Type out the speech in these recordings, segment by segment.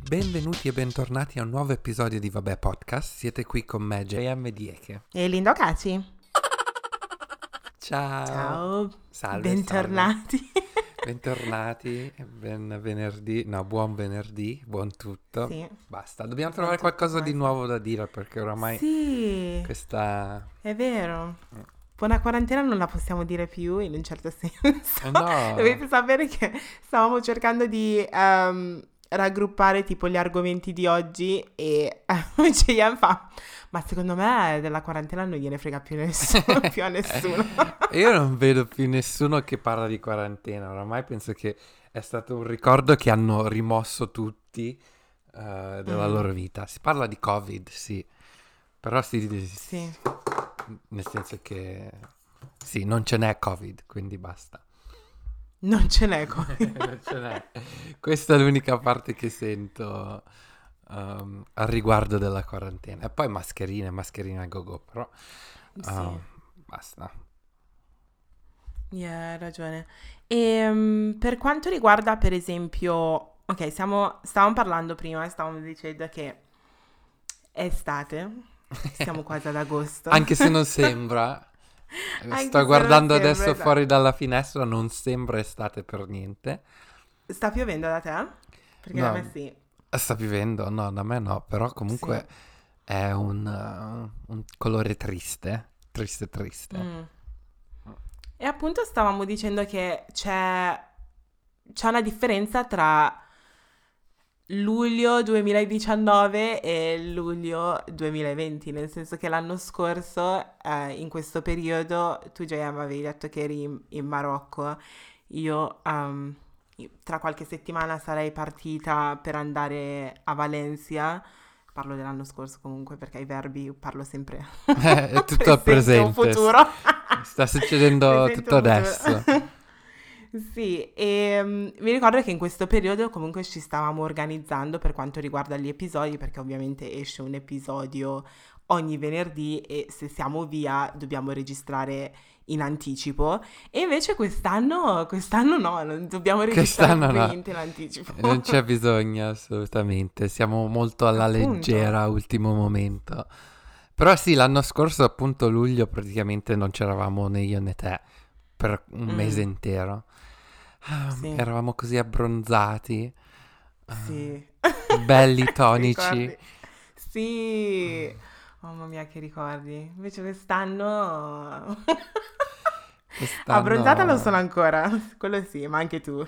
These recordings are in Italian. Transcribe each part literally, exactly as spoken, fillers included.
Benvenuti e bentornati a un nuovo episodio di Vabbè Podcast. Siete qui con me, J M Dieke. E Lindo Caci. Ciao. Ciao. Salve, Bentornati. salve. Bentornati. Ben venerdì. No, buon venerdì. Buon tutto. Sì. Basta. Dobbiamo Buon trovare tutto, qualcosa di come nuovo da dire perché oramai Sì, questa... è vero. Buona quarantena non la possiamo dire più in un certo senso. Eh no. Dovete sapere che stavamo cercando di ehm, raggruppare tipo gli argomenti di oggi e eh, J M fa, ma secondo me della quarantena non gliene frega più nessuno, più a nessuno. Io non vedo più nessuno che parla di quarantena. Oramai penso che è stato un ricordo che hanno rimosso tutti eh, della Mm. loro vita. Si parla di Covid, sì. Però si, Sì. nel senso che sì, non ce n'è Covid, quindi basta. Non ce n'è co- Non ce n'è. Questa è l'unica parte che sento um, al riguardo della quarantena. E poi mascherine, mascherine a go-go, però Sì. uh, basta. Yeah, hai ragione. E per quanto riguarda, per esempio, ok, stiamo, stavamo parlando prima e stavamo dicendo che è estate, siamo quasi ad agosto. Anche se non sembra. Anche Sto se guardando non sembra, adesso esatto. fuori dalla finestra, non sembra estate per niente. Sta piovendo da te? Perché da No, me sì. sta piovendo, no, da me no, però comunque Sì. è un, uh, un colore triste, triste, triste. Mm. E appunto stavamo dicendo che c'è, c'è una differenza tra luglio duemiladiciannove e luglio duemilaventi, nel senso che l'anno scorso, eh, in questo periodo, tu già mi avevi detto che eri in, in Marocco, io um, tra qualche settimana sarei partita per andare a Valencia, parlo dell'anno scorso comunque perché ai verbi parlo sempre È tutto al presente o presente, futuro. sta succedendo Presente tutto o futuro. adesso. Sì, e mm, mi ricordo che in questo periodo comunque ci stavamo organizzando per quanto riguarda gli episodi, perché ovviamente esce un episodio ogni venerdì e se siamo via dobbiamo registrare in anticipo. E invece quest'anno, quest'anno no, non dobbiamo registrare Quest'anno proprio no, niente in anticipo. non c'è bisogno assolutamente, siamo molto alla Appunto. leggera, ultimo momento. Però sì, l'anno scorso appunto luglio praticamente non c'eravamo né io né te per un mese Mm, intero. Ah, sì, eravamo così abbronzati, ah, sì. belli Ti tonici. ricordi? Sì. Oh, mamma mia, che ricordi. Invece quest'anno... Abbronzata non sono Quest'anno ancora, quello sì, ma anche tu.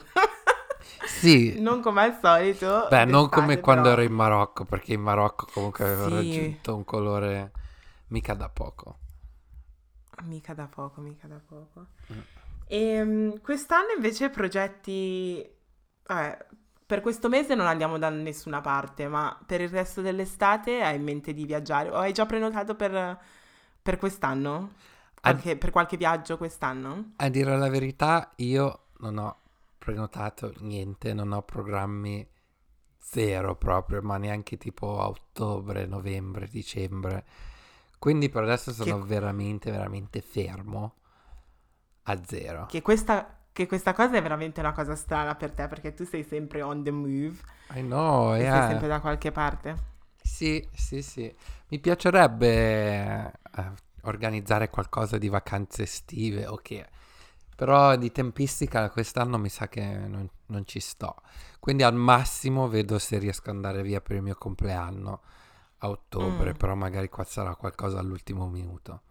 sì, Non come al solito beh, non come d'estate, quando ero però in Marocco, perché in Marocco comunque avevo sì, raggiunto un colore mica da poco. mica da poco, mica da poco. Mm. E quest'anno invece progetti... Vabbè, per questo mese non andiamo da nessuna parte, ma per il resto dell'estate hai in mente di viaggiare? O hai già prenotato per, per quest'anno? A, Qualche- per qualche viaggio quest'anno? a dire la verità, io non ho prenotato niente, non ho programmi zero proprio, ma neanche tipo a ottobre, novembre, dicembre. Quindi per adesso Che, sono veramente, veramente fermo a zero. che questa, che questa cosa è veramente una cosa strana per te, perché tu sei sempre on the move I know, e sei yeah. sempre da qualche parte. Sì, sì, sì. Mi piacerebbe eh, organizzare qualcosa di vacanze estive, ok. Però di tempistica quest'anno mi sa che non, non ci sto. Quindi al massimo vedo se riesco ad andare via per il mio compleanno a ottobre, Mm, però magari qua sarà qualcosa all'ultimo minuto.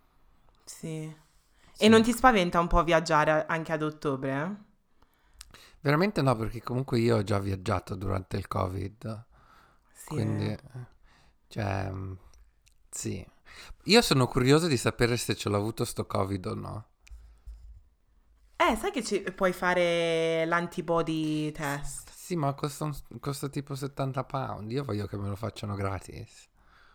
sì. E Sì. non ti spaventa un po' viaggiare a- anche ad ottobre? Eh? Veramente no, perché comunque io ho già viaggiato durante il Covid, Sì, quindi, eh. eh, cioè, mm, sì. Io sono curioso di sapere se ce l'ho avuto sto Covid o no. Eh, sai che ci puoi fare l'antibody test? Sì, ma costa, un- costa tipo settanta pound. Io voglio che me lo facciano gratis.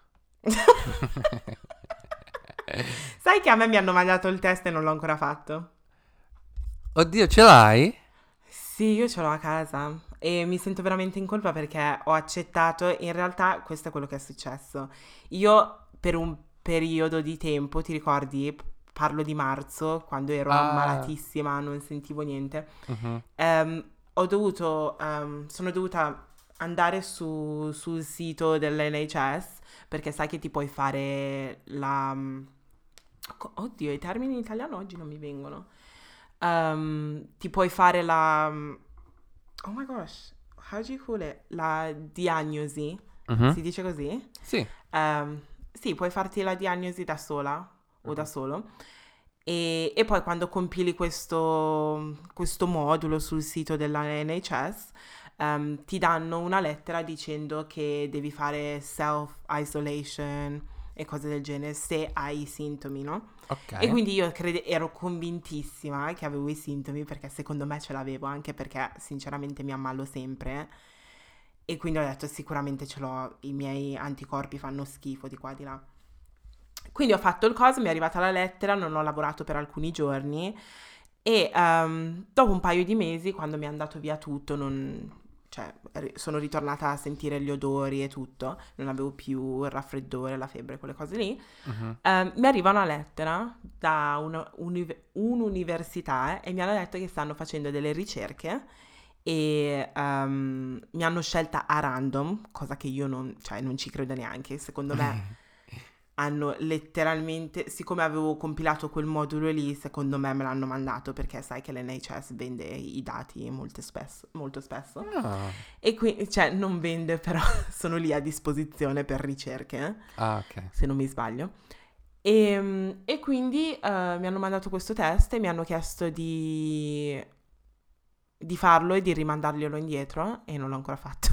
Sai che a me mi hanno mandato il test e non l'ho ancora fatto? Oddio, ce l'hai? Sì, io ce l'ho a casa e mi sento veramente in colpa perché ho accettato, in realtà questo è quello che è successo. Io per un periodo di tempo, ti ricordi, parlo di marzo, quando ero Ah, ammalatissima, non sentivo niente, mhm. ehm, ho dovuto, ehm, sono dovuta andare su, sul sito dell'N H S, perché sai che ti puoi fare la... co- Oddio, i termini in italiano oggi non mi vengono. Ehm, ti puoi fare la... Oh my gosh, how do you call it? La diagnosi, Mhm. si dice così? Sì. Ehm, sì, puoi farti la diagnosi da sola o da solo. E, e poi quando compili questo, questo modulo sul sito della N H S, ehm, ti danno una lettera dicendo che devi fare self-isolation e cose del genere se hai i sintomi, no? Ok. E quindi io crede- ero convintissima che avevo i sintomi perché secondo me ce l'avevo, anche perché sinceramente mi ammalo sempre. E quindi ho detto sicuramente ce l'ho, i miei anticorpi fanno schifo di qua di là. Quindi ho fatto il coso, mi è arrivata la lettera, non ho lavorato per alcuni giorni e ehm, dopo un paio di mesi, quando mi è andato via tutto, non- cioè, ri- sono ritornata a sentire gli odori e tutto, non avevo più il raffreddore, la febbre, quelle cose lì. Mhm. Ehm, mi arriva una lettera da una univ- un'università eh, e mi hanno detto che stanno facendo delle ricerche e ehm, mi hanno scelta a random, cosa che io non, cioè, non ci credo neanche. Secondo me hanno letteralmente, siccome avevo compilato quel modulo lì, secondo me me l'hanno mandato perché sai che l'N H S vende i dati molto spesso, molto spesso. Ah, E qui, cioè, non vende, però sono lì a disposizione per ricerche, eh, ah, ok. se non mi sbaglio. E, e quindi eh, mi hanno mandato questo test e mi hanno chiesto di, di farlo e di rimandarglielo indietro e non l'ho ancora fatto.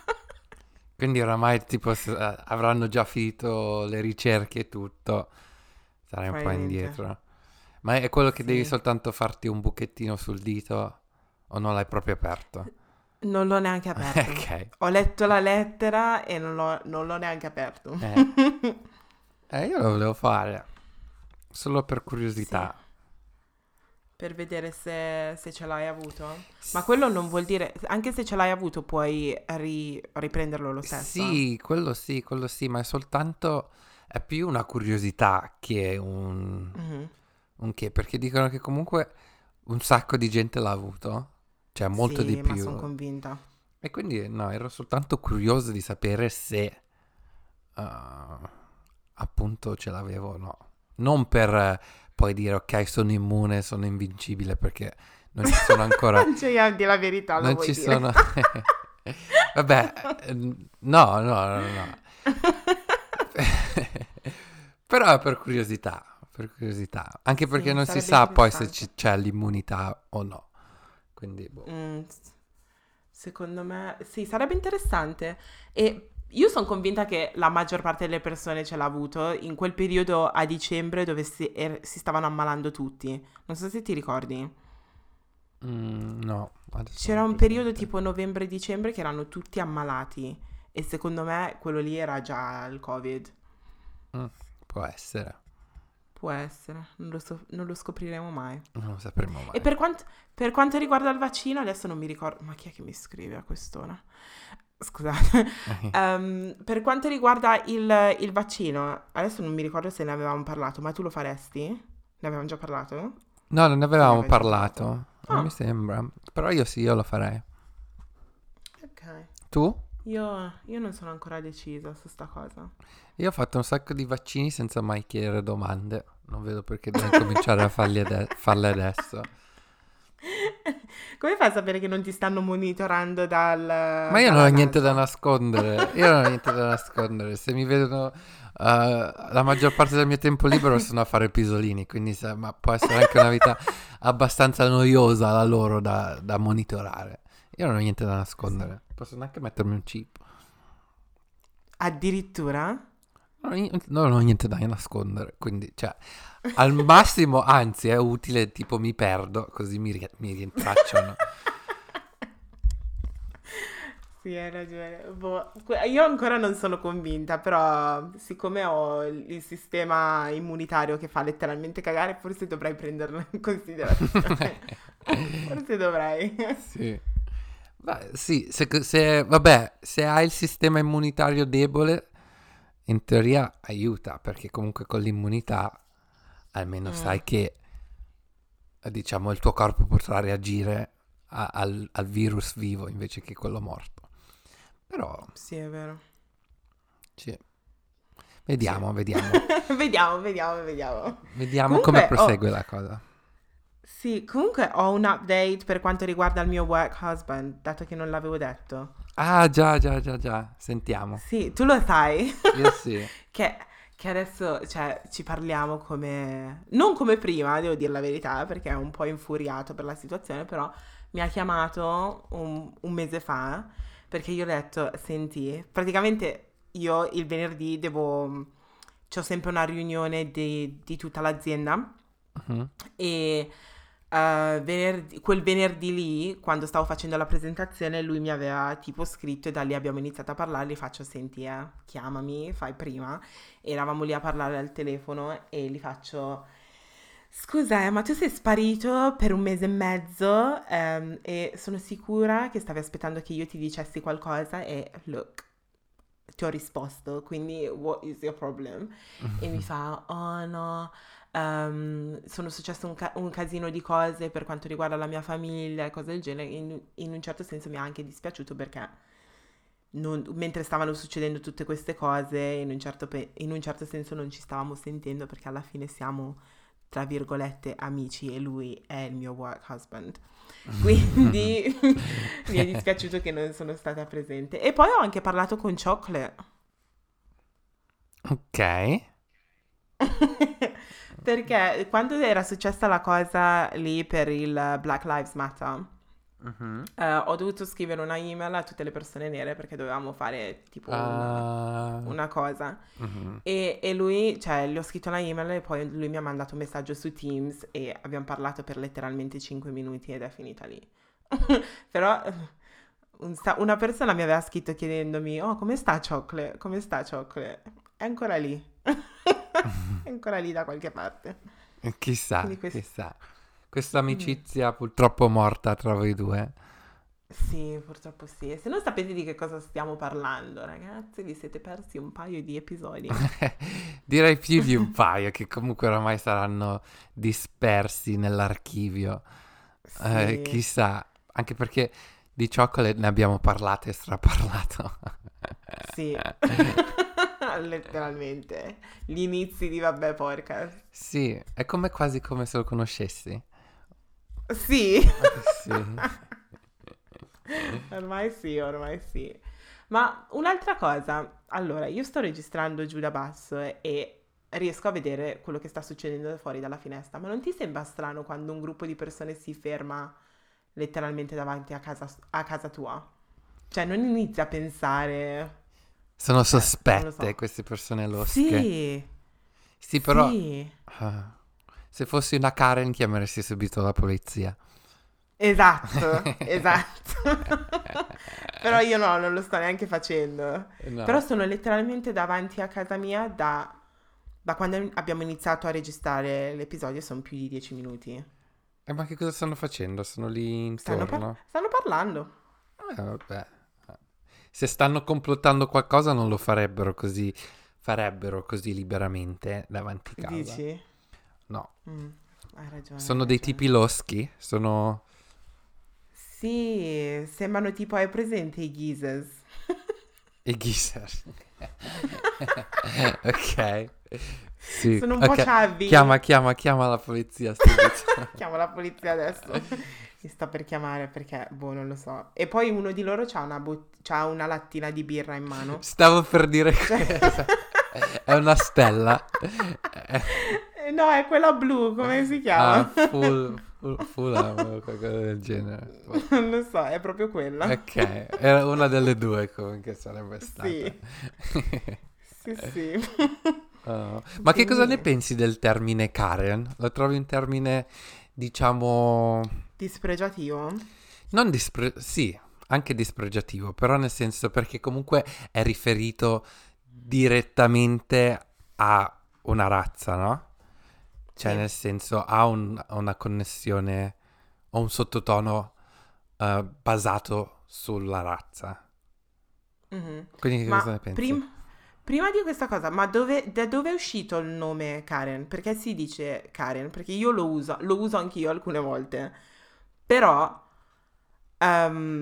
Quindi oramai tipo s- eh, avranno già finito le ricerche e tutto. Sarai un po' Probabilmente. indietro. Ma è quello che devi Sì. soltanto farti un buchettino sul dito o non l'hai proprio aperto? Non l'ho neanche aperto. Ok. Ho letto la lettera e non l'ho, non l'ho neanche aperto. Eh, eh, io lo volevo fare, solo per Sì, curiosità. per vedere se, se ce l'hai avuto. Ma quello non vuol S- dire, anche se ce l'hai avuto, puoi ri- riprenderlo lo stesso. Eh? Sì, quello sì, quello sì, ma è soltanto, è più una curiosità che un, Mhm. un che, perché dicono che comunque un sacco di gente l'ha avuto, cioè molto di Sì, ma sono più. convinta. E quindi no, ero soltanto curioso di sapere se eh, appunto ce l'avevo o no. Non per eh, poi dire ok, sono immune, sono invincibile, perché non ci sono ancora. Cioè, di la verità lo Non vuoi ci dire. sono. Vabbè, eh, no, no, no, no. Però è per curiosità, per curiosità. Anche perché Sì, non si sarebbe sa poi se ci- interessante. c'è l'immunità o no. Quindi, boh. Mm, s- secondo me, sì, sarebbe interessante. E io sono convinta che la maggior parte delle persone ce l'ha avuto in quel periodo a dicembre dove si, er- si stavano ammalando tutti. Non so se ti ricordi. Mm, no, adesso non C'era ho un periodo presente. tipo novembre-dicembre che erano tutti ammalati. E secondo me quello lì era già il Covid. Mm, può essere, Può essere, non lo, so- non lo scopriremo mai. non lo sapremo E mai. per, quant- per quanto riguarda il vaccino, adesso non mi ricordo. Ma chi è che mi scrive a quest'ora? Scusate. Ehm, per quanto riguarda il, il vaccino, adesso non mi ricordo se ne avevamo parlato, ma tu lo faresti? Ne avevamo già parlato? No, non ne Sì, ne avevamo avevamo già parlato. parlato, non mi Ah, sembra. Però io sì, io lo farei. ok. Tu? Io, io non sono ancora decisa su sta cosa. Io ho fatto un sacco di vaccini senza mai chiedere domande. Non vedo perché devo cominciare a farli ade- farle adesso. Come fai a sapere che non ti stanno monitorando Ma dal- io non ho dalla niente da NASA? nascondere. Io non ho niente da nascondere. Se mi vedono eh, la maggior parte del mio tempo libero sono a fare pisolini. Quindi se- ma può essere anche una vita abbastanza noiosa la loro da, da monitorare. Io non ho niente da Sì. nascondere. Posso neanche mettermi un chip. Addirittura? Non ho, ni- non ho niente da nascondere. Quindi, cioè, al massimo, anzi, è utile, tipo mi perdo, così mi, ri- mi rintracciano. Sì, hai ragione. Boh, que- io ancora non sono convinta, però siccome ho il il sistema immunitario che fa letteralmente cagare, forse dovrei prenderlo in considerazione. Forse dovrei. Sì. Beh, sì, se, se- vabbè, se hai il sistema immunitario debole, in teoria aiuta, perché comunque con l'immunità almeno Mm, sai che, eh, diciamo, il tuo corpo potrà reagire a- al, al virus vivo invece che quello morto. Però Sì, è vero. sì. Vediamo, Sì. vediamo. Vediamo, vediamo, vediamo. Vediamo come Comunque, oh, prosegue la cosa. sì, comunque ho un update per quanto riguarda il mio work husband, dato che non l'avevo detto. Ah, già, già, già, già. Sentiamo. Sì, tu lo sai. Io sì. che, che adesso, cioè, ci parliamo come... Non come prima, devo dire la verità, perché è un po' infuriato per la situazione, però mi ha chiamato un, un mese fa, perché io ho detto, senti, praticamente io il venerdì devo... C'ho sempre una riunione di, di tutta l'azienda Mhm. e eh, venerdì- quel venerdì lì, quando stavo facendo la presentazione, lui mi aveva tipo scritto e da lì abbiamo iniziato a parlare. Gli faccio, senti, eh, chiamami, fai prima. E eravamo lì a parlare al telefono e gli faccio, scusa, eh, ma tu sei sparito per un mese e mezzo ehm, e sono sicura che stavi aspettando che io ti dicessi qualcosa e look, ti ho risposto, quindi what is your problem? E mi fa, oh no, ehm, sono successo un, ca- un casino di cose per quanto riguarda la mia famiglia e cose del genere. In, in un certo senso mi ha anche dispiaciuto perché non- mentre stavano succedendo tutte queste cose, in un certo, pe- in un certo senso non ci stavamo sentendo perché alla fine siamo, tra virgolette, amici e lui è il mio work husband. Quindi mi è dispiaciuto che non sono stata presente. E poi ho anche parlato con Chocolate. Ok. Perché quando era successa la cosa lì per il Black Lives Matter, Mhm. eh, ho dovuto scrivere una email a tutte le persone nere perché dovevamo fare tipo una, Ah, una cosa. mhm. E, e lui, cioè, gli ho scritto una email e poi lui mi ha mandato un messaggio su Teams e abbiamo parlato per letteralmente cinque minuti ed è finita lì. Però eh, un sa- una persona mi aveva scritto chiedendomi, oh, come sta Chocolate? Come sta Chocolate? È ancora lì. È ancora lì da qualche parte. Chissà, Quindi questo... chissà. Questa mm, amicizia purtroppo morta tra voi due. sì, purtroppo sì. E se non sapete di che cosa stiamo parlando, ragazzi, vi siete persi un paio di episodi. Direi più di un paio che comunque oramai saranno dispersi nell'archivio. Eh, Sì, chissà, anche perché di Chocolate ne abbiamo parlato e straparlato. sì. Letteralmente. Gli inizi di Vabbè Podcast. Sì, è come quasi come se lo conoscessi. Sì. Sì. Ormai sì, ormai sì. Ma un'altra cosa, allora, io sto registrando giù da basso e, e riesco a vedere quello che sta succedendo fuori dalla finestra, ma non ti sembra strano quando un gruppo di persone si ferma letteralmente davanti a casa, a casa tua? Cioè, non inizi a pensare, Sono cioè, non lo sospette so. queste persone losche. Sì, Sì, però sì, ah, se fossi una Karen chiameresti subito la polizia. esatto, esatto. Però io no, non lo sto neanche facendo. Però No. sono letteralmente davanti a casa mia da, da quando abbiamo iniziato a registrare l'episodio, sono più di dieci minuti. E ma che cosa stanno facendo? Sono lì Stanno, par- intorno? stanno parlando. Eh, vabbè. Se stanno complottando qualcosa non lo farebbero così, farebbero così liberamente davanti a casa. Dici? No. Mm, hai ragione, hai Sono dei ragione. tipi loschi? Sono Sì, sembrano tipo, hai presente i geezers? i geezer. Ok. Sì. Sono un po' Ok. chubby. Chiama, chiama, chiama la polizia subito. Chiamo la polizia adesso. Mi sto per chiamare perché, boh, non lo so. E poi uno di loro c'ha una, bot- c'ha una lattina di birra in mano. Stavo per dire Cioè... questo. È una stella. Eh, no, è quella blu, come si Ah, chiama? full, full, full ammo o qualcosa del genere. Boh. Non lo so, è proprio quella. Ok, era una delle due comunque sarebbe stata. Sì, sì, sì. Oh. Ma che cosa ne Quindi, pensi del termine Karen? Lo trovi un termine, diciamo, dispregiativo? non dispre... sì, anche dispregiativo, però nel senso perché comunque è riferito direttamente a una razza, no? Cioè Sì. nel senso ha un- una connessione o un sottotono eh, basato sulla razza. Mhm. Quindi che cosa ne Ma pensi? prim- prima di questa cosa, ma dove, da dove è uscito il nome Karen? Perché si dice Karen? Perché io lo uso, lo uso anch'io alcune volte. Però, ehm,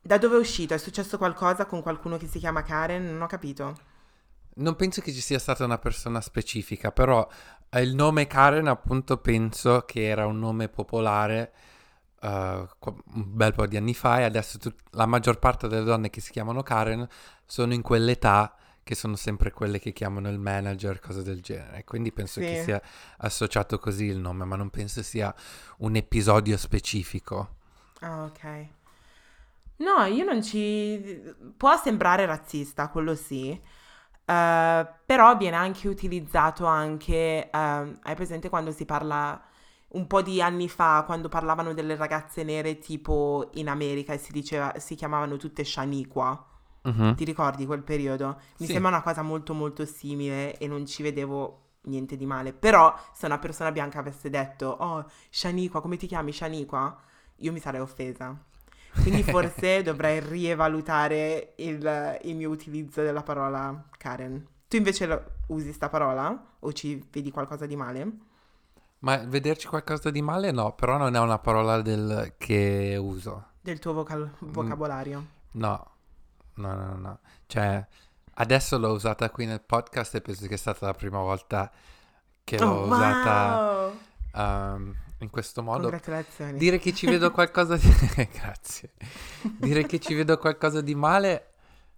Da dove è uscito? È successo qualcosa con qualcuno che si chiama Karen? Non ho capito. Non penso che ci sia stata una persona specifica, però eh, il nome Karen appunto penso che era un nome popolare eh, qu- un bel po' di anni fa, e adesso tut- la maggior parte delle donne che si chiamano Karen sono in quell'età che sono sempre quelle che chiamano il manager, cose del genere. Quindi penso che Sì. sia associato così il nome, ma non penso sia un episodio specifico. Ah, ok. No, io non ci... Può sembrare razzista, quello sì, eh, però viene anche utilizzato anche... ehm, hai presente quando si parla un po' di anni fa, quando parlavano delle ragazze nere tipo in America e si diceva, si chiamavano tutte Shaniqua? Mhm. Ti ricordi quel periodo? Mi Sì. sembra una cosa molto molto simile e non ci vedevo niente di male. Però se una persona bianca avesse detto, oh, Shaniqua, come ti chiami Shaniqua? Io mi sarei offesa. Quindi forse dovrei rievalutare il, il mio utilizzo della parola Karen. Tu invece lo- usi sta parola? O ci vedi qualcosa di male? Ma vederci qualcosa di male no, però non è una parola del che uso. Del tuo vocal- Mm, vocabolario? no, no, no, no, no. Cioè, adesso l'ho usata qui nel podcast e penso che è stata la prima volta che Oh, l'ho usata wow! um, in questo modo. Congratulazioni. Dire che ci vedo qualcosa di... Grazie. Dire che ci vedo qualcosa di male,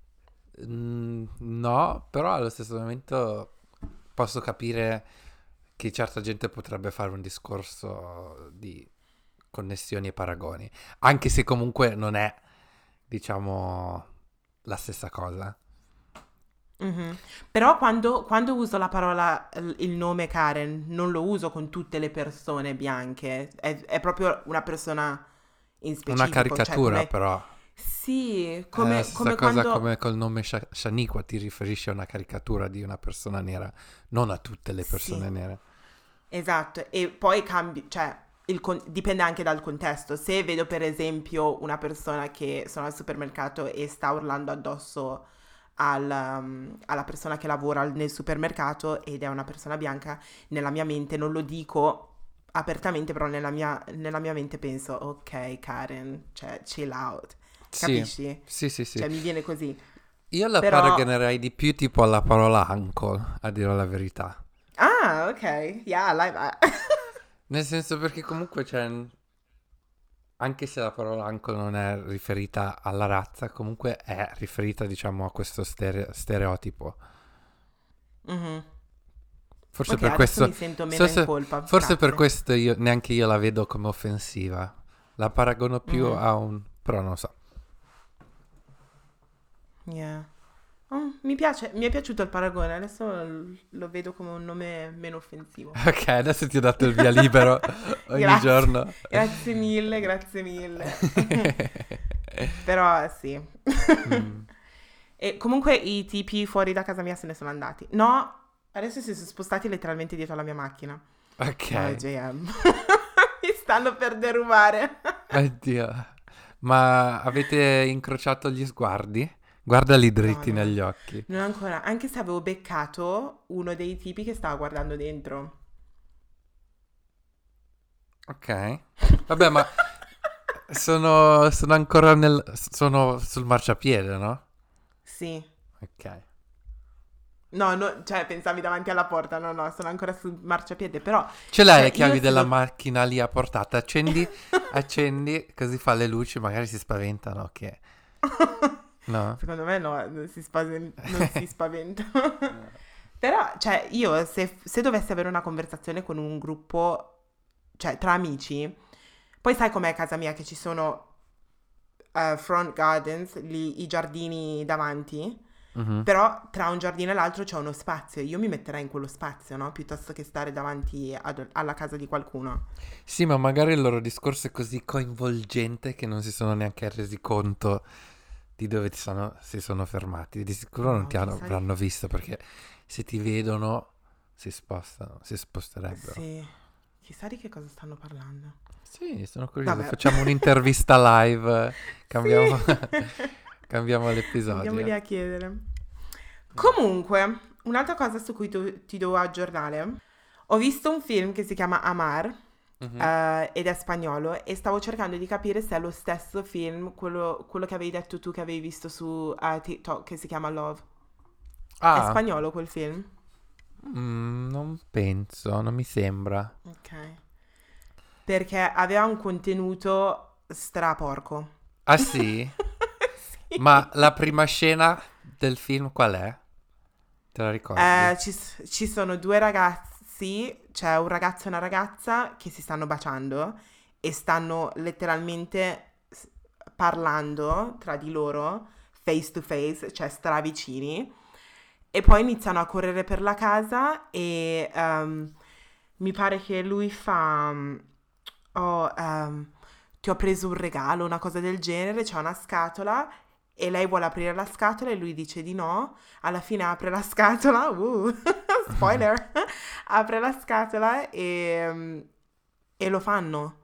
mm, no, però allo stesso momento posso capire che certa gente potrebbe fare un discorso di connessioni e paragoni, anche se comunque non è, diciamo, la stessa cosa. Mhm. Però quando, quando uso la parola, l- il nome Karen, non lo uso con tutte le persone bianche, è, è proprio una persona in È una specifico, cioè caricatura, come... però. Sì, È la come, stessa come cosa quando... come col nome Sha- Shaniqua, ti riferisci a una caricatura di una persona nera, non a tutte le Sì, persone nere. esatto, e poi cambi, cioè il con- dipende anche dal contesto. Se vedo per esempio una persona che sono al supermercato e sta urlando addosso al, um, alla persona che lavora al- nel supermercato ed è una persona bianca, nella mia mente non lo dico apertamente, però nella mia, nella mia mente penso, ok Karen, cioè chill out, Sì, capisci? sì, sì, sì. Cioè mi viene così. Io la Però, paragonerei di più tipo alla parola uncle, a dire la verità. ah, ok, yeah, I like that. Nel senso perché comunque c'è, anche se la parola uncle non è riferita alla razza, comunque è riferita, diciamo, a questo stere- stereotipo. Mhm. Forse Ok, per adesso questo, mi sento meno in forse, colpa, forse per grazie. questo io, neanche io la vedo come offensiva. La paragono più Mhm, a un... però non so. yeah. Oh, mi piace, mi è piaciuto il paragone, adesso l- lo vedo come un nome meno offensivo. Ok, adesso ti ho dato il via libero ogni Grazie, giorno. grazie mille, grazie mille. Però sì. Mm, E comunque i tipi fuori da casa mia se ne sono andati. No, adesso si sono spostati letteralmente dietro la mia macchina. No, è ok, J M. Mi stanno per derubare. oddio. Ma avete incrociato gli sguardi? Guardali No, dritti no, negli occhi. non ancora. Anche se avevo beccato uno dei tipi che stava guardando dentro. Ok. Vabbè, ma sono, sono ancora nel... sono sul marciapiede, no? Sì. Ok. No, no, cioè pensavi davanti alla porta, no, no, sono ancora sul marciapiede, però, Ce l'hai le cioè io chiavi se della do... macchina lì a portata? Accendi, accendi, così fa le luci, magari si spaventano, ok? No? Secondo me no, non si, spaven- non si spaventa. Però, cioè, io se, se dovessi avere una conversazione con un gruppo, cioè tra amici, poi sai com'è a casa mia che ci sono eh, front gardens, lì, i giardini davanti, Mhm. però tra un giardino e l'altro c'è uno spazio, io mi metterei in quello spazio, no? Piuttosto che stare davanti ad- alla casa di qualcuno. Sì, ma magari il loro discorso è così coinvolgente che non si sono neanche resi conto di dove ti sono- si sono fermati. Di sicuro non No, ti hanno- chissà di... avranno visto perché se ti vedono si spostano, si sposterebbero. Sì, chissà di che cosa stanno parlando. Sì, sono curioso. Vabbè. Facciamo un'intervista live, cambiamo, Sì. cambiamo Andiamoli l'episodio. a chiedere. Comunque, un'altra cosa su cui tu- ti devo aggiornare. Ho visto un film che si chiama Amar, Mhm. eh, ed è spagnolo, e stavo cercando di capire se è lo stesso film, quello, quello che avevi detto tu che avevi visto su eh, TikTok, che si chiama Love. È Ah, spagnolo quel film? mm, non penso, non mi sembra. Ok. Perché aveva un contenuto straporco. Ah sì? Ma Sì. la prima scena del film qual è? Te la ricordi? Eh, ci, s- ci sono due ragazzi, c'è un ragazzo e una ragazza che si stanno baciando e stanno letteralmente s- parlando tra di loro, face to face, cioè stravicini, e poi iniziano a correre per la casa e ehm, mi pare che lui fa, mm, oh, ehm, ti ho preso un regalo, una cosa del genere, c'è una scatola e lei vuole aprire la scatola e lui dice di no. Alla fine apre la scatola, uh, spoiler, apre la scatola e, mm, e lo fanno.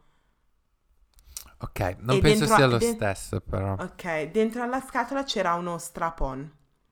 Ok, non E penso dentro, sia lo de- stesso però. ok, dentro alla scatola c'era uno strap-on.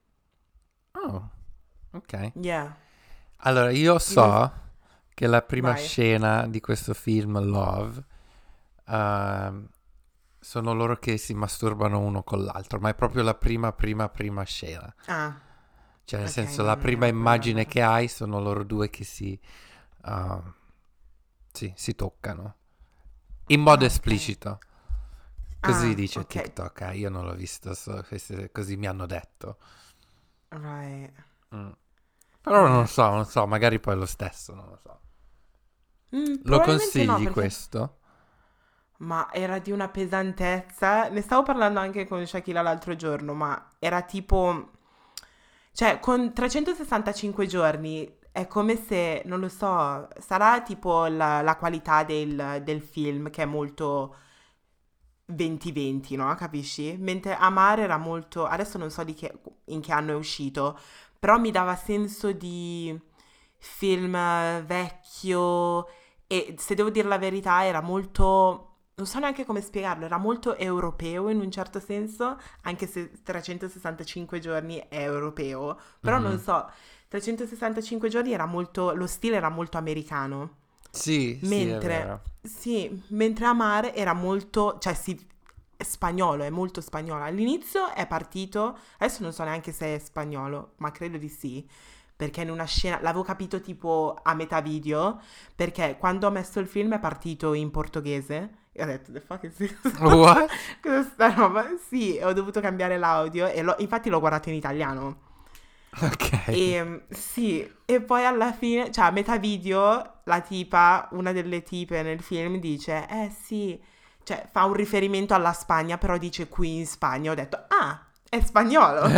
Oh, ok. Yeah, Allora, io you know, so che la prima vai. scena di questo film, Love, ehm, sono loro che si masturbano uno con l'altro, ma è proprio la prima, prima, prima scena. Ah, Cioè, nel ok, senso, no, la non prima era quello immagine allora. che hai sono loro due che si, ah, sì, si toccano. In modo Ah, ok. esplicito. Così Ah, dice ok, TikTok, eh, io non l'ho visto, so- queste- così mi hanno detto. right. Mm. Però non Yeah. so, non so, magari poi è lo stesso, non lo so. Mm, Lo probabilmente no, consigli perché... questo? Ma era di una pesantezza. Ne stavo parlando anche con Shakira l'altro giorno, ma era tipo... Cioè, con trecentosessantacinque giorni è come se, non lo so, sarà tipo la, la qualità del, del film che è molto venti venti, no? Capisci? Mentre Amare era molto... Adesso non so di che, in che anno è uscito, però mi dava senso di film eh, vecchio e se devo dire la verità era molto... Non so neanche come spiegarlo, era molto europeo in un certo senso, anche se trecentosessantacinque giorni è europeo, però non Mhm. so, trecentosessantacinque giorni era molto, lo stile era molto americano, Sì, sì, è mentre, vero. sì, mentre Amare era molto, cioè sì, è spagnolo, è molto spagnolo. All'inizio è partito, adesso non so neanche se è spagnolo, ma credo di sì, perché in una scena, l'avevo capito tipo a metà video, perché quando ho messo il film è partito in portoghese, e ho detto, the fuck is this? What? Cos'è sta roba? Sì, ho dovuto cambiare l'audio, e l'ho- infatti l'ho guardato in italiano. Ok. E sì, e poi alla fine, cioè a metà video, la tipa, una delle tipe nel film dice, eh sì, cioè fa un riferimento alla Spagna, però dice qui in Spagna. Ho detto, ah, è spagnolo.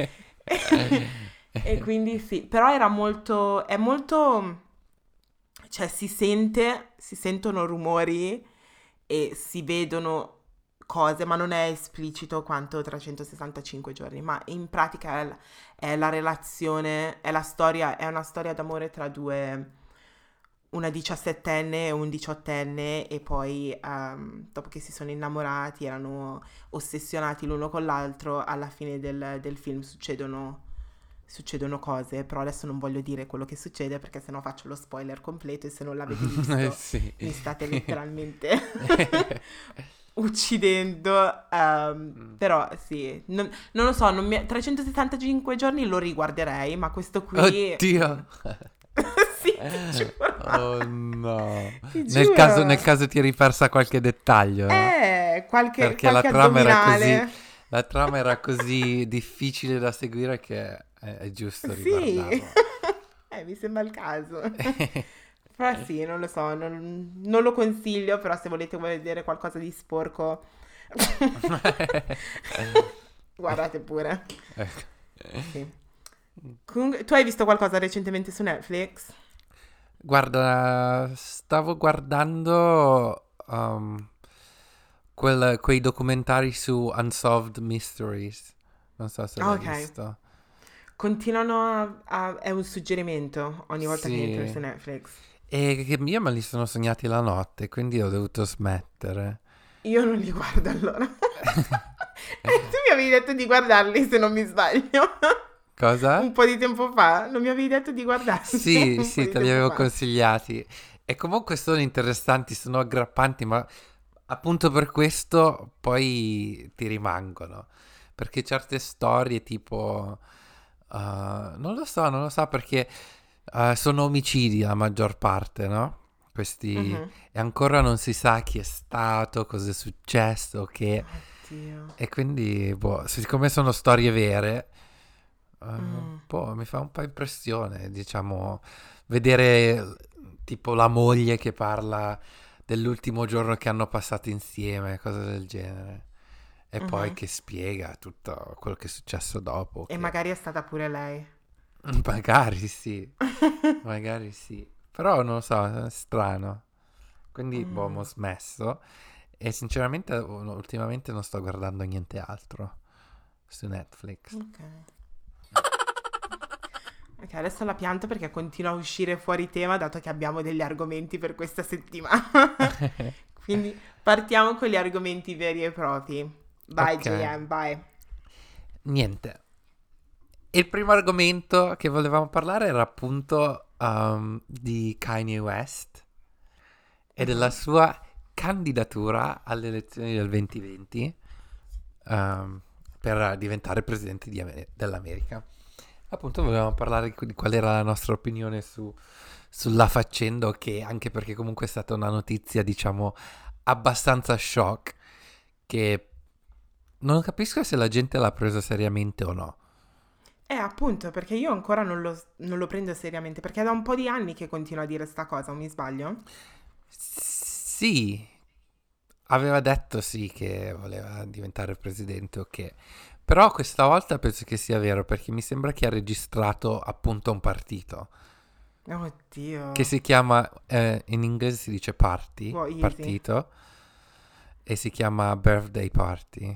E quindi sì, però era molto, è molto, cioè si sente, si sentono rumori e si vedono cose, ma non è esplicito quanto trecentosessantacinque giorni, ma in pratica è, l- è la relazione, è la storia, è una storia d'amore tra due, una diciassettenne e un diciottenne e poi ehm, dopo che si sono innamorati, erano ossessionati l'uno con l'altro, alla fine del, del film succedono, succedono cose, però adesso non voglio dire quello che succede perché sennò faccio lo spoiler completo e se non l'avete Eh visto sì. mi state letteralmente uccidendo. ehm, Mm. però sì, non, non lo so, non mi- trecentosessantacinque giorni lo riguarderei, ma questo qui... mm. Oddio. Sì, ti giuro. Oh no. Ti Nel caso, nel giuro. caso ti eri persa qualche dettaglio, no? Eh, qualche, Perché la qualche trama era così, addominale. la trama era così difficile da seguire che è, è giusto Sì, riguardarla. eh, mi sembra il caso. Però sì, non lo so, non, non lo consiglio, però se volete vedere qualcosa di sporco, guardate pure. Sì. Comunque, tu hai visto qualcosa recentemente su Netflix? Guarda, stavo guardando um, quel- quei documentari su Unsolved Mysteries. Non so se Ah, l'hai ok. visto. Continuano a, a- È un suggerimento ogni volta che entro su Sì. Netflix. E che io me li sono sognati la notte, quindi ho dovuto smettere. Io non li guardo allora. E tu mi avevi detto di guardarli se non mi sbaglio. Cosa? Un po' di tempo fa. Non mi avevi detto di guardarli Sì, un po' sì, di te li tempo avevo fa. consigliati. E comunque sono interessanti, sono aggrappanti, ma appunto per questo poi ti rimangono. Perché certe storie tipo... uh, non lo so, non lo so perché uh, sono omicidi la maggior parte, no? Questi... Mhm. E ancora non si sa chi è stato, cosa è successo, che... Oddio. E quindi, boh, siccome sono storie vere, uh, Mm. boh, mi fa un po' impressione, diciamo, vedere tipo la moglie che parla dell'ultimo giorno che hanno passato insieme, cose del genere. E poi Mhm. che spiega tutto quello che è successo dopo, E che magari è stata pure lei. magari sì, magari sì. Però non lo so, è strano. Quindi, boh, ho Mm. smesso. E sinceramente, u- ultimamente non sto guardando niente altro su Netflix. Ok. Ok, adesso la pianto perché continua a uscire fuori tema dato che abbiamo degli argomenti per questa settimana. Quindi partiamo con gli argomenti veri e propri. Vai Ok, J M, vai. niente. Il primo argomento che volevamo parlare era appunto um, di Kanye West e della Mhm. sua candidatura alle elezioni del duemilaventi um, per diventare presidente di Amer- dell'America. Appunto volevamo parlare di, di qual era la nostra opinione su, sulla faccenda, che anche perché comunque è stata una notizia, diciamo, abbastanza shock, che non capisco se la gente l'ha presa seriamente o no. Eh, appunto, perché io ancora non lo, non lo prendo seriamente, perché è da un po' di anni che continua a dire sta cosa, o mi sbaglio? Sì, aveva detto sì che voleva diventare presidente, ok. Però questa volta penso che sia vero perché mi sembra che ha registrato appunto un partito Oddio. che si chiama, eh, in inglese si dice party, Wow, easy. partito, e si chiama Birthday Party.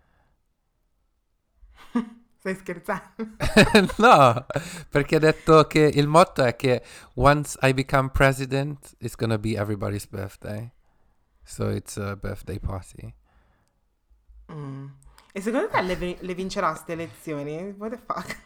Stai scherzando? No, perché ha detto che il motto è che once I become president, it's gonna be everybody's birthday. So it's a birthday party. Mm. E secondo te le, vi- le vincerà queste elezioni? What the fuck?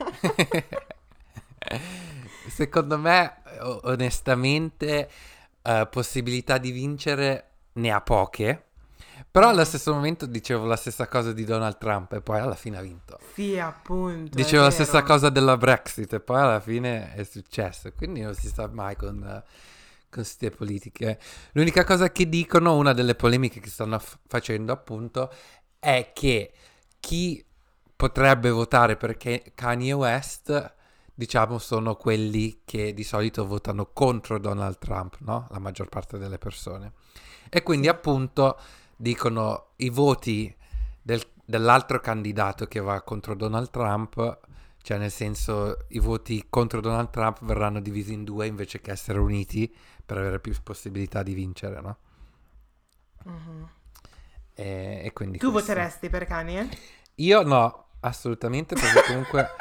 Secondo me, o- onestamente, eh, possibilità di vincere ne ha poche. Però allo Mm. stesso momento dicevo la stessa cosa di Donald Trump e poi alla fine ha vinto. Sì, appunto, è Dicevo la stessa vero. cosa della Brexit e poi alla fine è successo. Quindi non si sa mai con, eh, con queste politiche. L'unica cosa che dicono, una delle polemiche che stanno f- facendo appunto, è che chi potrebbe votare perché Kanye West, diciamo, sono quelli che di solito votano contro Donald Trump, no? La maggior parte delle persone. E quindi Sì. appunto dicono i voti del- dell'altro candidato che va contro Donald Trump, cioè nel senso i voti contro Donald Trump verranno divisi in due invece che essere uniti per avere più possibilità di vincere, no? Mhm. E, e quindi Tu questo. voteresti per Kanye? Io no, assolutamente, perché comunque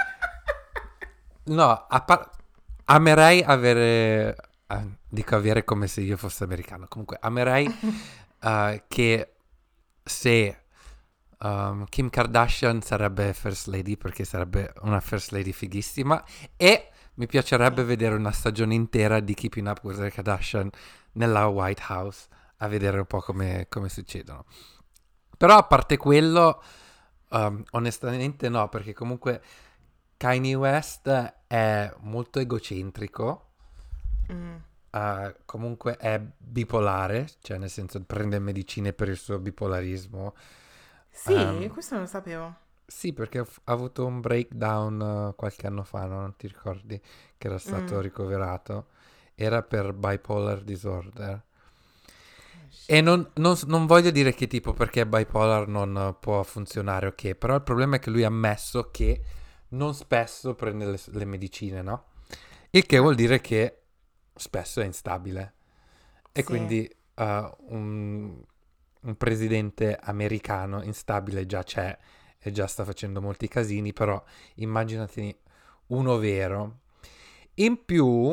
no, a par- amerei avere, eh, dico avere come se io fossi americano, comunque amerei eh, che se um, Kim Kardashian sarebbe First Lady, perché sarebbe una First Lady fighissima, e mi piacerebbe Sì. vedere una stagione intera di Keeping Up with the Kardashian nella White House, a vedere un po' come, come succedono. Però a parte quello, um, onestamente no, perché comunque Kanye West è molto egocentrico, Mm. uh, comunque è bipolare, cioè nel senso prende medicine per il suo bipolarismo. Sì, Um, questo non lo sapevo. sì, perché ha f- ha avuto un breakdown uh, qualche anno fa, no? Non ti ricordi che era stato Mm. ricoverato? Era per bipolar disorder. Oh, E shit. non, non s- non voglio dire che tipo perché è bipolar non uh, può funzionare, ok? Però il problema è che lui ha ammesso che non spesso prende le, le medicine, no? Il che vuol Eh, dire che spesso è instabile. E sì. quindi uh, un, un presidente americano instabile già c'è e già sta facendo molti casini, però immaginati uno vero. In più,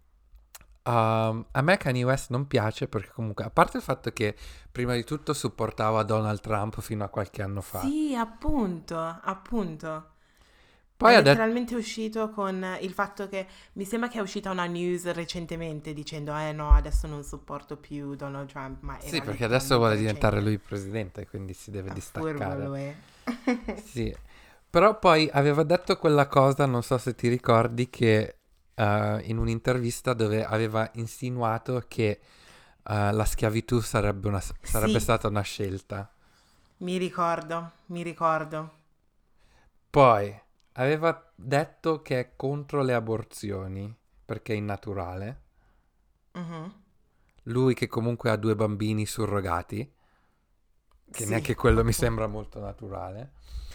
um, a me Kanye West non piace perché comunque, a parte il fatto che prima di tutto supportava Donald Trump fino a qualche anno fa, Sì, appunto, appunto. Poi È ha detto... letteralmente uscito con il fatto che mi sembra che è uscita una news recentemente dicendo eh no, adesso non sopporto più Donald Trump, ma Sì, era perché adesso letteralmente vuole diventare recente. lui presidente, quindi si deve A furbo distaccare. lo è. Sì, però poi aveva detto quella cosa, non so se ti ricordi, che eh, in un'intervista dove aveva insinuato che eh, la schiavitù sarebbe, una- sarebbe Sì, stata una scelta. mi ricordo, mi ricordo. Poi aveva detto che è contro le aborzioni perché è innaturale. Mhm. Lui che comunque ha due bambini surrogati, che Sì, neanche quello mi appunto. sembra molto naturale.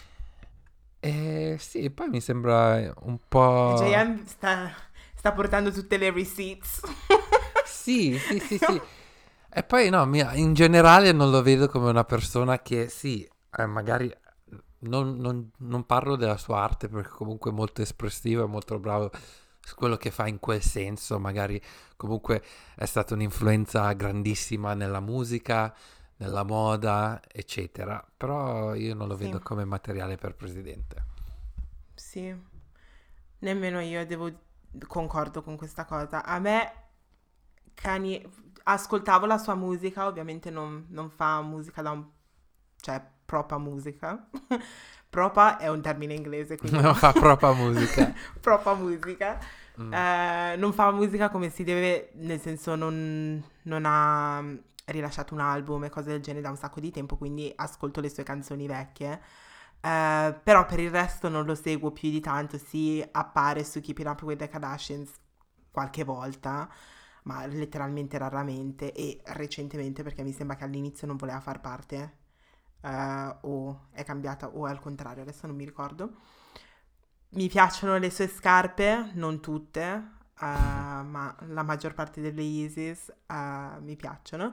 E sì, poi mi sembra un po'... J M sta, sta portando tutte le receipts. Sì, sì, sì, sì. E poi no, mi- in generale non lo vedo come una persona che sì, eh, magari non, non- non parlo della sua arte perché comunque è molto espressivo e molto bravo su quello che fa in quel senso, magari comunque è stata un'influenza grandissima nella musica, nella moda, eccetera. Però io non lo Sì, vedo come materiale per presidente. sì, nemmeno io devo concordo con questa cosa. A me Kanye, ascoltavo la sua musica, ovviamente non, non fa musica da un, cioè propa musica. Propa è un termine inglese, quindi no. Non fa propria musica. Propa musica. Mm. Eh, non fa musica come si deve, nel senso non, non ha rilasciato un album e cose del genere da un sacco di tempo, quindi ascolto le sue canzoni vecchie. Eh, però per il resto non lo seguo più di tanto, sì, appare su Keeping Up with the Kardashians qualche volta, ma letteralmente raramente e recentemente perché mi sembra che all'inizio non voleva far parte, eh, o è cambiata o è al contrario, adesso non mi ricordo. Mi piacciono le sue scarpe, non tutte, eh, ma la maggior parte delle Yeezys eh, mi piacciono.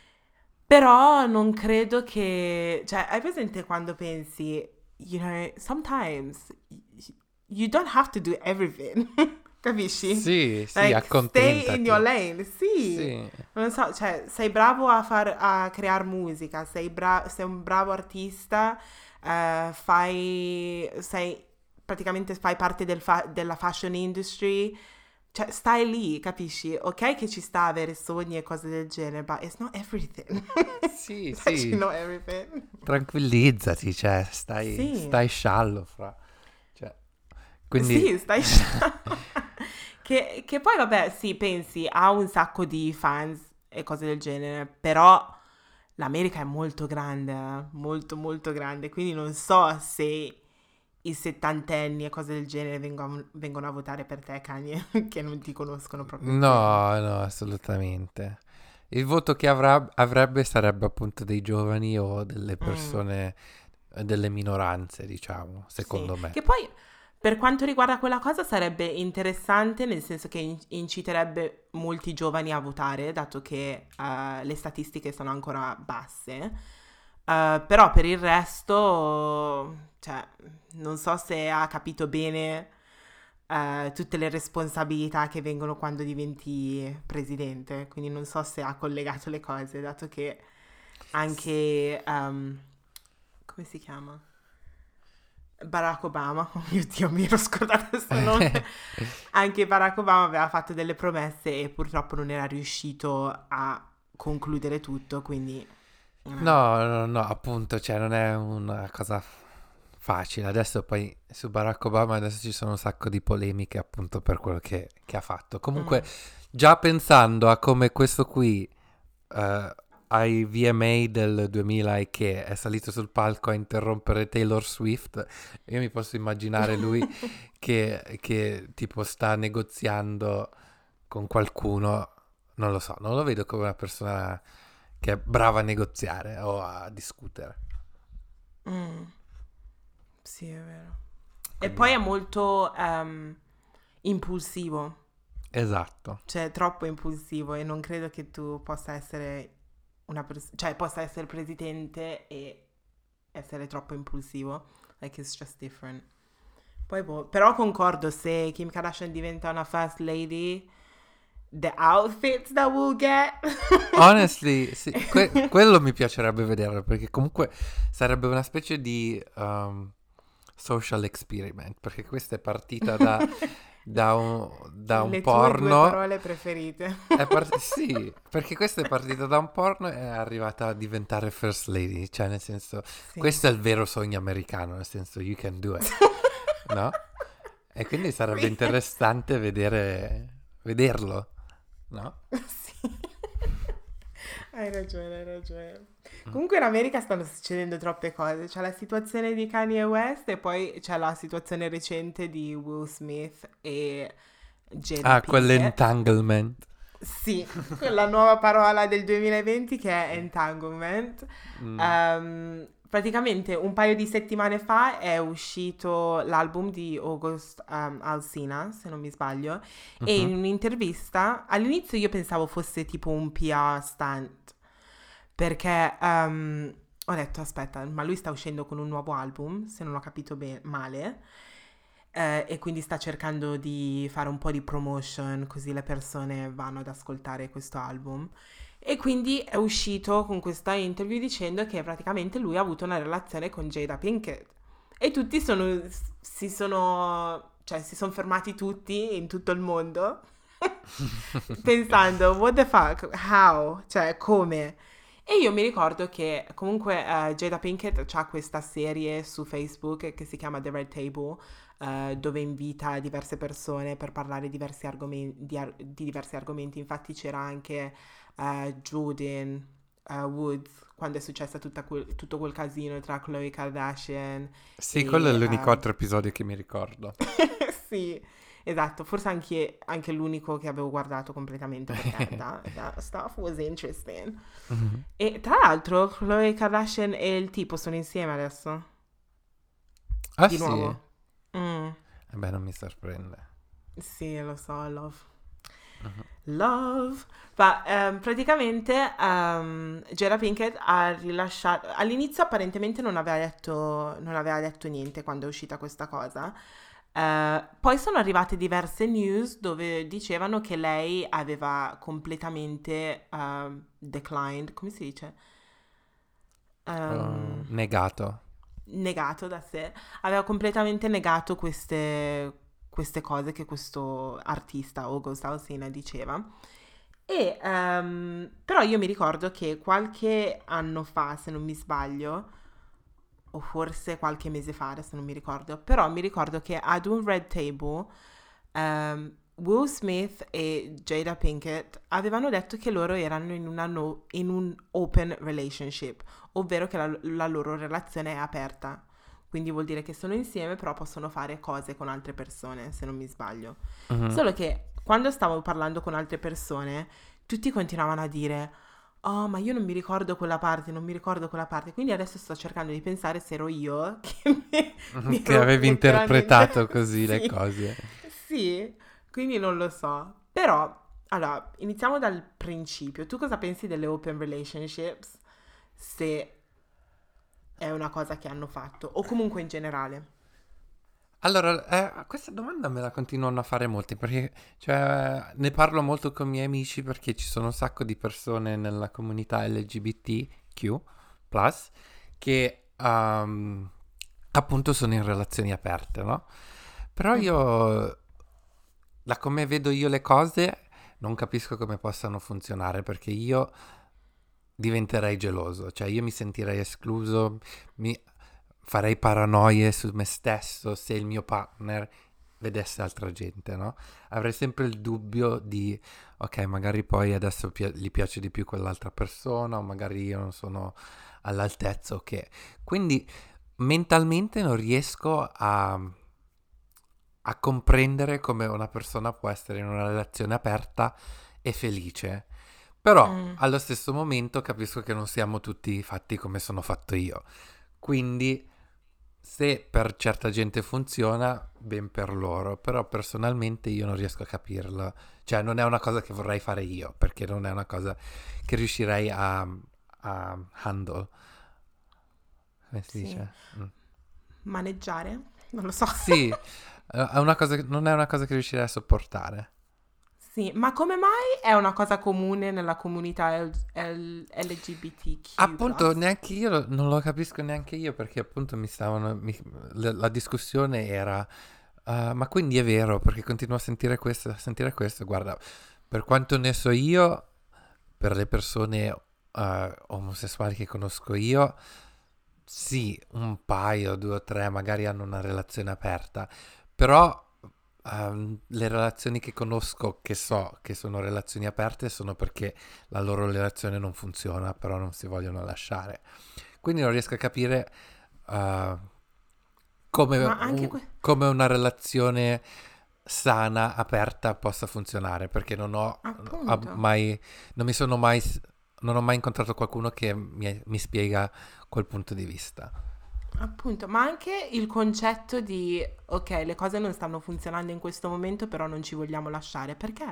Però non credo che... Cioè, hai presente quando pensi, you know, sometimes y- you don't have to do everything. Capisci? Sì, sì, Like, stay in your accontentati. lane. Sì. Sì. Non so, cioè, sei bravo a far, a creare musica, sei, bra- sei un bravo artista, eh, fai, sei, praticamente fai parte del fa- della fashion industry, cioè, stai lì, capisci? Ok che ci sta avere sogni e cose del genere, but it's not everything. Sì, It's actually sì, not everything. tranquillizzati, cioè, stai, Sì, stai sciallo fra. Cioè, quindi... sì, stai che, che poi, vabbè, sì, pensi, ha un sacco di fans e cose del genere, però l'America è molto grande, eh, molto, molto grande, quindi non so se i settantenni e cose del genere vengono, vengono a votare per te, Kanye, che non ti conoscono proprio bene. No, no, assolutamente. Il voto che avrà- avrebbe sarebbe appunto dei giovani o delle Mm. persone, eh, delle minoranze, diciamo, Sì, secondo me. che poi per quanto riguarda quella cosa sarebbe interessante, nel senso che in- inciterebbe molti giovani a votare, dato che eh, le statistiche sono ancora basse. Eh, però per il resto, cioè, non so se ha capito bene eh, tutte le responsabilità che vengono quando diventi presidente, quindi non so se ha collegato le cose, dato che anche, ehm, come si chiama? Barack Obama, oh mio Dio, mi ero scordata il suo nome. Anche Barack Obama aveva fatto delle promesse e purtroppo non era riuscito a concludere tutto, quindi... eh. No, no, no, appunto, cioè non è una cosa f- facile. Adesso poi su Barack Obama adesso ci sono un sacco di polemiche appunto per quello che, che ha fatto. Comunque, Mm. già pensando a come questo qui eh, ai V M A del duemila e che è salito sul palco a interrompere Taylor Swift, io mi posso immaginare lui che, che tipo sta negoziando con qualcuno, non lo so, non lo vedo come una persona che è brava a negoziare o a discutere. Mm. Sì, è vero. E Quindi poi è no. molto ehm, impulsivo, Esatto. cioè troppo impulsivo e non credo che tu possa essere una persona, cioè possa essere presidente e essere troppo impulsivo. Like it's just different. Poi boh, però concordo, se Kim Kardashian diventa una first lady, the outfits that we'll get. Honestly, sì, que- quello mi piacerebbe vedere perché comunque sarebbe una specie di um, social experiment, perché questa è partita da, da un, da un Le tue due porno. parole preferite. È part- sì, perché questa è partita da un porno e è arrivata a diventare first lady, cioè nel senso, Sì. questo è il vero sogno americano, nel senso you can do it, no? E quindi sarebbe Sì. interessante vedere, vederlo, no? Sì. Hai ragione, hai ragione. Comunque in America stanno succedendo troppe cose. C'è la situazione di Kanye West e poi c'è la situazione recente di Will Smith e Jada Ah, Pinkett. quell'entanglement. Sì, quella nuova parola del duemilaventi che è entanglement. Mm. Ehm, praticamente un paio di settimane fa è uscito l'album di August um, Alsina, se non mi sbaglio, e Mhm. in un'intervista, all'inizio io pensavo fosse tipo un P R stunt, perché ehm, ho detto aspetta, ma lui sta uscendo con un nuovo album, se non ho capito be- male, eh, e quindi sta cercando di fare un po' di promotion così le persone vanno ad ascoltare questo album. E quindi è uscito con questa interview dicendo che praticamente lui ha avuto una relazione con Jada Pinkett. E tutti sono, si sono, cioè si sono fermati tutti in tutto il mondo pensando, what the fuck, how, cioè come? E io mi ricordo che comunque eh, Jada Pinkett ha questa serie su Facebook che si chiama The Red Table, eh, dove invita diverse persone per parlare di diversi argomenti, di, ar- di diversi argomenti. Infatti c'era anche eh, Jordan eh, Woods quando è successo tutta quel- tutto quel casino tra Khloe Kardashian Sì, quello è e... l'unico ehm, altro episodio che mi ricordo. sì, esatto, forse anche, anche l'unico che avevo guardato completamente perché that, that stuff was interesting. Mhm. E tra l'altro, Khloe Kardashian e il tipo sono insieme adesso, Ah di sì? nuovo. Eh Mm, beh, non mi sorprende. sì, lo so, love. Mhm. Love. Ma ehm, praticamente ehm, Jada Pinkett ha rilasciato. All'inizio apparentemente non aveva detto, non aveva detto niente quando è uscita questa cosa. Eh, poi sono arrivate diverse news dove dicevano che lei aveva completamente ehm, declined, come si dice? Uh, Ehm, negato. negato da sé, aveva completamente negato queste, queste cose che questo artista, August Alsina, diceva. E ehm, però io mi ricordo che qualche anno fa, se non mi sbaglio, o forse qualche mese fa, adesso non mi ricordo, però mi ricordo che ad un Red Table ehm, Will Smith e Jada Pinkett avevano detto che loro erano in, una no- in un open relationship, ovvero che la, la loro relazione è aperta. Quindi vuol dire che sono insieme, però possono fare cose con altre persone, se non mi sbaglio. Mhm. Solo che quando stavo parlando con altre persone, tutti continuavano a dire: Oh, ma io non mi ricordo quella parte, non mi ricordo quella parte. Quindi adesso sto cercando di pensare se ero io che mi, mi Che ero avevi letteralmente... interpretato così le Sì, cose. sì, quindi non lo so. Però, allora, iniziamo dal principio. Tu cosa pensi delle open relationships? Se è una cosa che hanno fatto, o comunque in generale. Allora, eh, questa domanda me la continuano a fare molti perché cioè, ne parlo molto con i miei amici perché ci sono un sacco di persone nella comunità L G B T Q plus, che um, appunto sono in relazioni aperte, no? Però Mhm. io, da come vedo io le cose, non capisco come possano funzionare perché io diventerei geloso, cioè io mi sentirei escluso, mi farei paranoie su me stesso se il mio partner vedesse altra gente, no? Avrei sempre il dubbio di, ok, magari poi adesso pi- gli piace di più quell'altra persona, o magari io non sono all'altezza, ok. Quindi mentalmente non riesco a, a comprendere come una persona può essere in una relazione aperta e felice. Però Mm, allo stesso momento capisco che non siamo tutti fatti come sono fatto io. Quindi se per certa gente funziona, ben per loro, però personalmente io non riesco a capirlo. Cioè non è una cosa che vorrei fare io, perché non è una cosa che riuscirei a, a handle. Come si sì. dice? Mm. Maneggiare? Non lo so. Sì, è una cosa che- non è una cosa che riuscirei a sopportare. Sì, ma come mai è una cosa comune nella comunità L- L- L G B T Q Appunto, plus? neanche io lo- non lo capisco neanche io perché appunto mi stavano, mi- la, la discussione era, "Ah, ma quindi è vero perché continuo a sentire questo, a sentire questo, guarda, per quanto ne so io, per le persone eh, omosessuali che conosco io, sì, un paio, due o tre magari hanno una relazione aperta, però ehm, le relazioni che conosco, che so che sono relazioni aperte, sono perché la loro relazione non funziona, però non si vogliono lasciare. Quindi non riesco a capire eh, come, Ma anche un- que- come una relazione sana, aperta possa funzionare, perché non ho ha appunto. mai, non mi sono mai, non ho mai incontrato qualcuno che mi, mi spiega quel punto di vista. Appunto, ma anche il concetto di, ok, le cose non stanno funzionando in questo momento, però non ci vogliamo lasciare. Perché?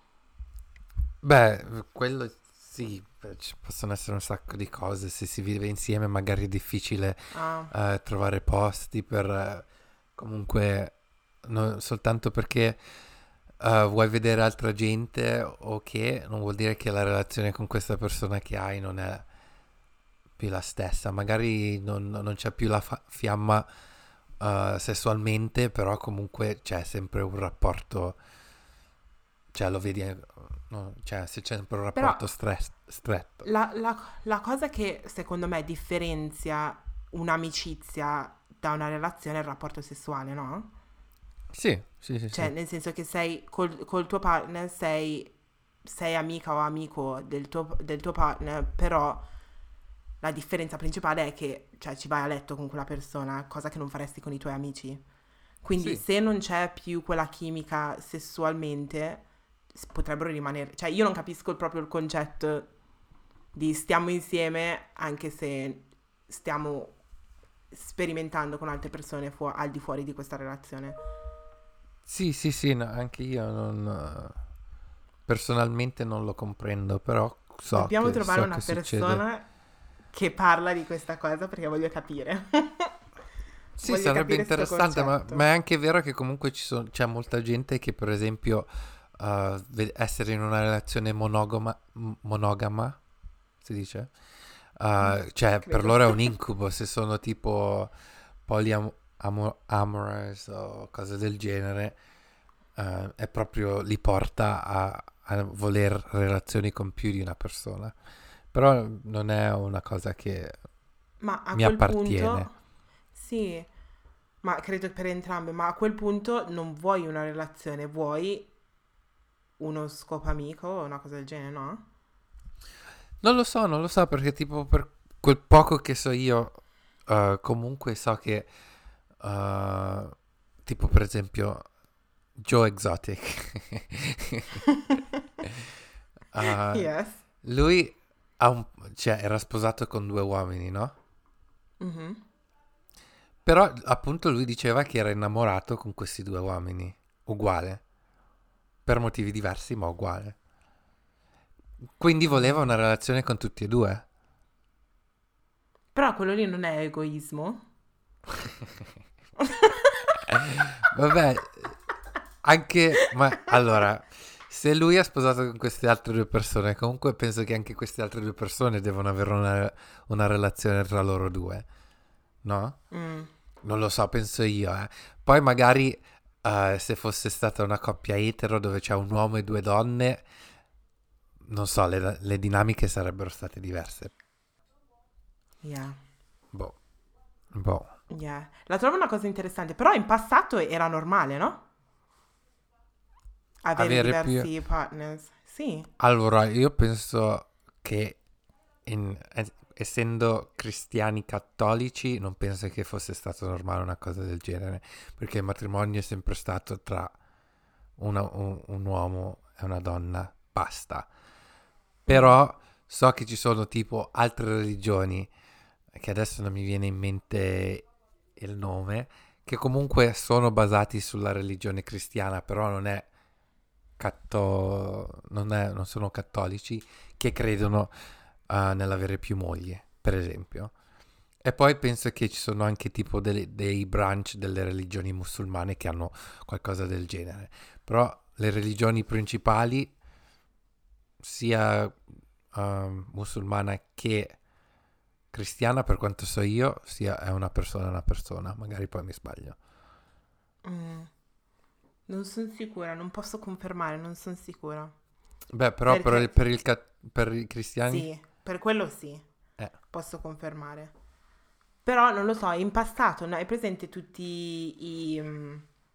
Beh, quello sì, beh, ci possono essere un sacco di cose, se si vive insieme magari è difficile Ah, eh, trovare posti per eh, comunque no- soltanto perché eh, vuoi vedere altra gente o che non vuol dire che la relazione con questa persona che hai non è più la stessa, magari non, non c'è più la fa- fiamma eh, sessualmente, però comunque c'è sempre un rapporto, cioè lo vedi, eh, no? Cioè se c'è sempre un però rapporto stre- stretto. la, la- la cosa che secondo me differenzia un'amicizia da una relazione è il rapporto sessuale, no? Sì, sì, sì, Cioè, sì. nel senso che sei col, col tuo partner, sei, sei amica o amico del tuo, del tuo partner, però la differenza principale è che, cioè, ci vai a letto con quella persona, cosa che non faresti con i tuoi amici. Quindi Sì, se non c'è più quella chimica sessualmente, s- potrebbero rimanere... Cioè, io non capisco proprio il concetto di stiamo insieme anche se stiamo sperimentando con altre persone fu- al di fuori di questa relazione. sì, sì, sì, no, anche io non, personalmente non lo comprendo, però so Dobbiamo che, trovare so una che succede. persona che parla di questa cosa perché voglio capire. Sì, Voglio sarebbe capire sto interessante, ma, ma è concetto. anche vero che comunque ci sono, c'è molta gente che, per esempio, uh, ve- essere in una relazione monogama, m- monogama, si dice? Uh, cioè, per Credo. loro è un incubo se sono tipo polyamorous o cose del genere, uh, è proprio li porta a, a voler relazioni con più di una persona. Però non è una cosa che Ma a mi quel appartiene. punto, sì, ma credo per entrambe, ma a quel punto non vuoi una relazione, vuoi uno scopo amico o una cosa del genere, no? Non lo so, non lo so perché tipo per quel poco che so io, eh, comunque so che, eh, tipo per esempio Joe Exotic, eh, Yes. lui ha un, cioè, era sposato con due uomini, no? Mhm. Però appunto lui diceva che era innamorato con questi due uomini, uguale, per motivi diversi ma uguale. Quindi voleva Mm. una relazione con tutti e due. Però quello lì non è egoismo. Vabbè, anche, ma allora, se lui è sposato con queste altre due persone, comunque penso che anche queste altre due persone devono avere una, una relazione tra loro due, no? Mm. Non lo so, penso io, eh. Poi magari eh, se fosse stata una coppia etero dove c'è un uomo e due donne, non so, le, le dinamiche sarebbero state diverse. Yeah. Boh, boh. Yeah. La trovo una cosa interessante, però in passato era normale, no? Avere Avere più... diversi partners. Sì. Allora, io penso che in- es- essendo cristiani cattolici, non penso che fosse stato normale una cosa del genere, perché il matrimonio è sempre stato tra una- un, un uomo e una donna, basta. Mm. Però so che ci sono tipo altre religioni, che adesso non mi viene in mente il nome, che comunque sono basati sulla religione cristiana, però non è catto- non, è- non sono cattolici, che credono uh, nell'avere più mogli, per esempio. E poi penso che ci sono anche tipo delle- dei branch delle religioni musulmane che hanno qualcosa del genere. Però le religioni principali, sia uh, musulmana che cristiana, per quanto so io, sia è una persona una persona, magari poi mi sbaglio. Mm. Non sono sicura, non posso confermare, non sono sicura. Beh, però per Perché il, per il ca- per i cristiani? sì, per quello sì, Eh. posso confermare. Però non lo so, in passato, no? Hai presente tutti i, mm,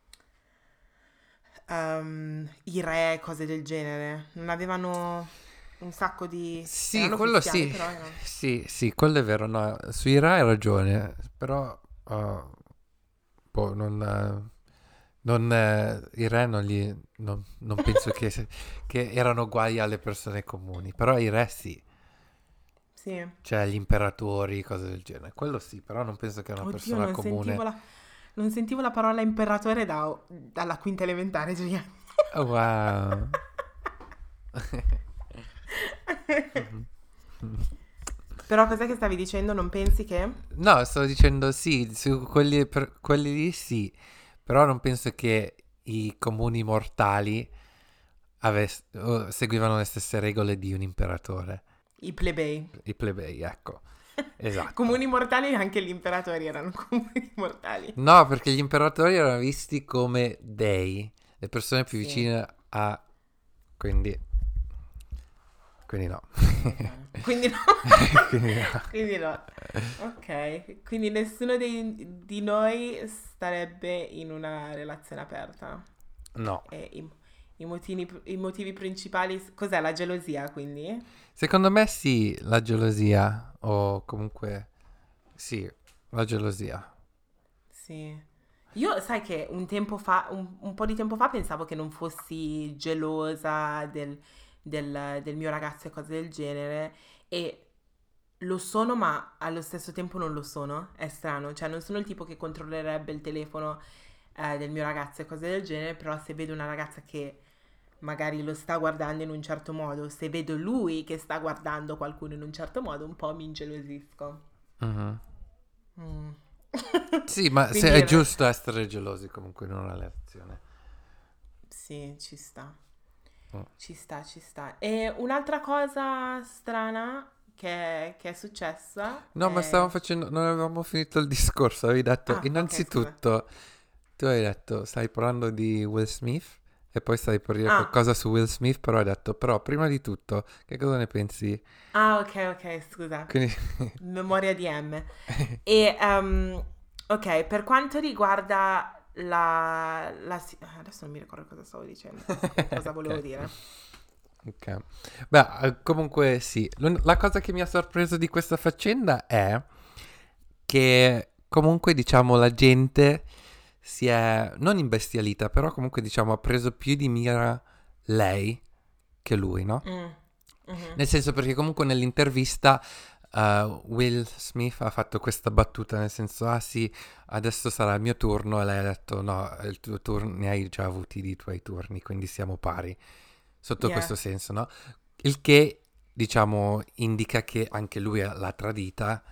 ehm, i re, cose del genere? Non avevano un sacco di... Sì, Erano quello cristiani, sì, però erano... sì, sì, quello è vero, no, sui Ra hai ragione, però uh, boh, non, eh, non, eh, i re non, gli, non, non penso che, se- che erano uguali alle persone comuni, però i re sì, Sì. cioè gli imperatori, cose del genere, quello sì, però non penso che una Oddio, persona non sentivo comune... la, non sentivo la parola imperatore da- dalla quinta elementare, Giuliano. Oh, wow. Però cos'è che stavi dicendo? Non pensi che... No, stavo dicendo sì, su quelli, per- quelli lì sì, però non penso che i comuni mortali avess- o seguivano le stesse regole di un imperatore, I plebei. i plebei, ecco, esatto. Comuni mortali, anche gli imperatori erano comuni mortali. No, perché gli imperatori erano visti come dei, le persone più Sì, vicine a... quindi... quindi no. va bene. Quindi no. Quindi no. Quindi no. Ok, quindi nessuno dei- di noi starebbe in una relazione aperta. No. E i, i motivi, i motivi principali... Cos'è la gelosia, quindi? Secondo me sì, la gelosia, o comunque sì, la gelosia. Sì. Io, sai che un tempo fa, un, un po' di tempo fa pensavo che non fossi gelosa del, del- del mio ragazzo e cose del genere e lo sono, ma allo stesso tempo non lo sono. È strano, cioè non sono il tipo che controllerebbe il telefono eh, del mio ragazzo e cose del genere, però se vedo una ragazza che magari lo sta guardando in un certo modo, se vedo lui che sta guardando qualcuno in un certo modo, un po' mi ingelosisco. Mhm. Mm. Sì, ma se Quindi è in re- giusto essere gelosi comunque in una relazione. sì, ci sta. Mm. Ci sta, ci sta. E un'altra cosa strana che, che è successa No, ma stavamo è... facendo, non avevamo finito il discorso, avevi detto, Ah, ok, scusa. innanzitutto, tu hai detto, stai parlando di Will Smith e poi stai per dire Ah, qualcosa su Will Smith, però hai detto, però prima di tutto, che cosa ne pensi? ah, ok, ok, scusa. Quindi, Memoria di M. E, ehm, ok, per quanto riguarda la, la si- ah, adesso non mi ricordo cosa stavo dicendo, o cosa volevo ok. dire. Ok. Beh, eh, comunque sì. L'un- La cosa che mi ha sorpreso di questa faccenda è che comunque diciamo la gente si è non imbestialita, però comunque diciamo ha preso più di mira lei che lui, no? Mm, mhm. Nel senso perché comunque nell'intervista uh, Will Smith ha fatto questa battuta nel senso ah sì, adesso sarà il mio turno e lei ha detto no, il tuo turno ne hai già avuti di tuoi turni, quindi siamo pari. Sotto Yeah, questo senso, no? Il che, diciamo, indica che anche lui l'ha tradita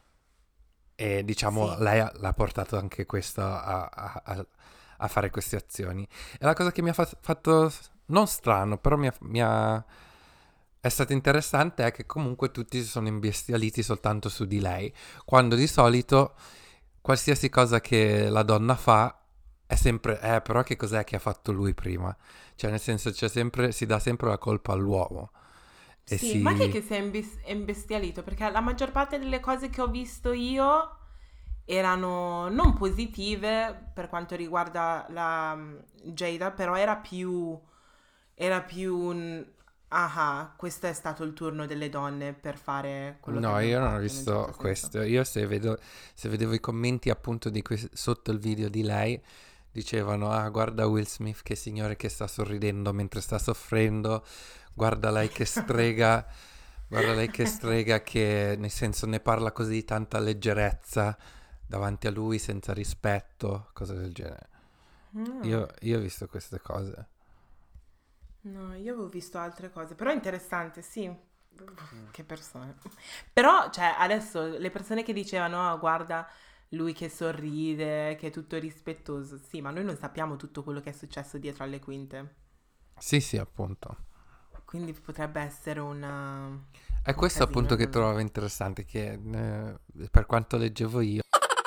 e, diciamo, sì, lei ha- l'ha portato anche questo a, a- a- a fare queste azioni. E la cosa che mi ha fa- fatto, non strano, però mi ha, mi ha- è stato interessante è che comunque tutti si sono imbestialiti soltanto su di lei, quando di solito qualsiasi cosa che la donna fa è sempre, eh, però che cos'è che ha fatto lui prima? Cioè, nel senso, c'è sempre, si dà sempre la colpa all'uomo. E sì. Ma chi è si... che si è imbes- è imbestialito? Perché la maggior parte delle cose che ho visto io erano non positive per quanto riguarda la mm, Jada, però era più, era più un, ah, questo è stato il turno delle donne per fare quello che No, abbiamo io non ho fatto in un certo visto senso. questo. Io se vedo, se vedevo i commenti appunto di que- sotto il video di lei, dicevano, ah, guarda Will Smith, che signore che sta sorridendo mentre sta soffrendo, guarda lei che strega, guarda lei che strega che nel senso ne parla così di tanta leggerezza davanti a lui senza rispetto, cose del genere. No, Io, io ho visto queste cose. no, io avevo visto altre cose, però è interessante, sì. Che persone. Però, cioè, adesso le persone che dicevano, "Ah, guarda lui che sorride, che è tutto rispettoso", sì, ma noi non sappiamo tutto quello che è successo dietro alle quinte. Sì, sì, appunto. Quindi potrebbe essere una... È un questo casino. appunto che non- trovavo interessante, che eh, per quanto leggevo io...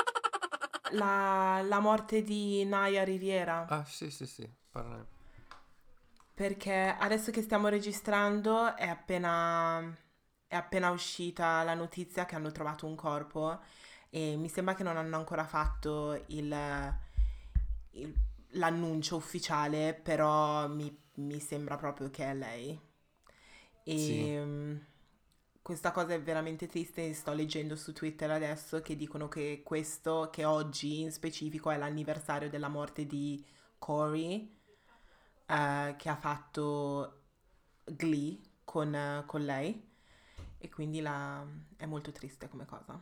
La, la morte di Naya Riviera. Ah, sì, sì, sì, parla- Perché adesso che stiamo registrando è appena, è appena uscita la notizia che hanno trovato un corpo e mi sembra che non hanno ancora fatto il, il- l'annuncio ufficiale, però mi, mi sembra proprio che è lei. Sì, E mm, questa cosa è veramente triste. Sto leggendo su Twitter adesso che dicono che questo, che oggi in specifico è l'anniversario della morte di Corey, eh, che ha fatto Glee con, eh, con lei. E quindi la- è molto triste come cosa.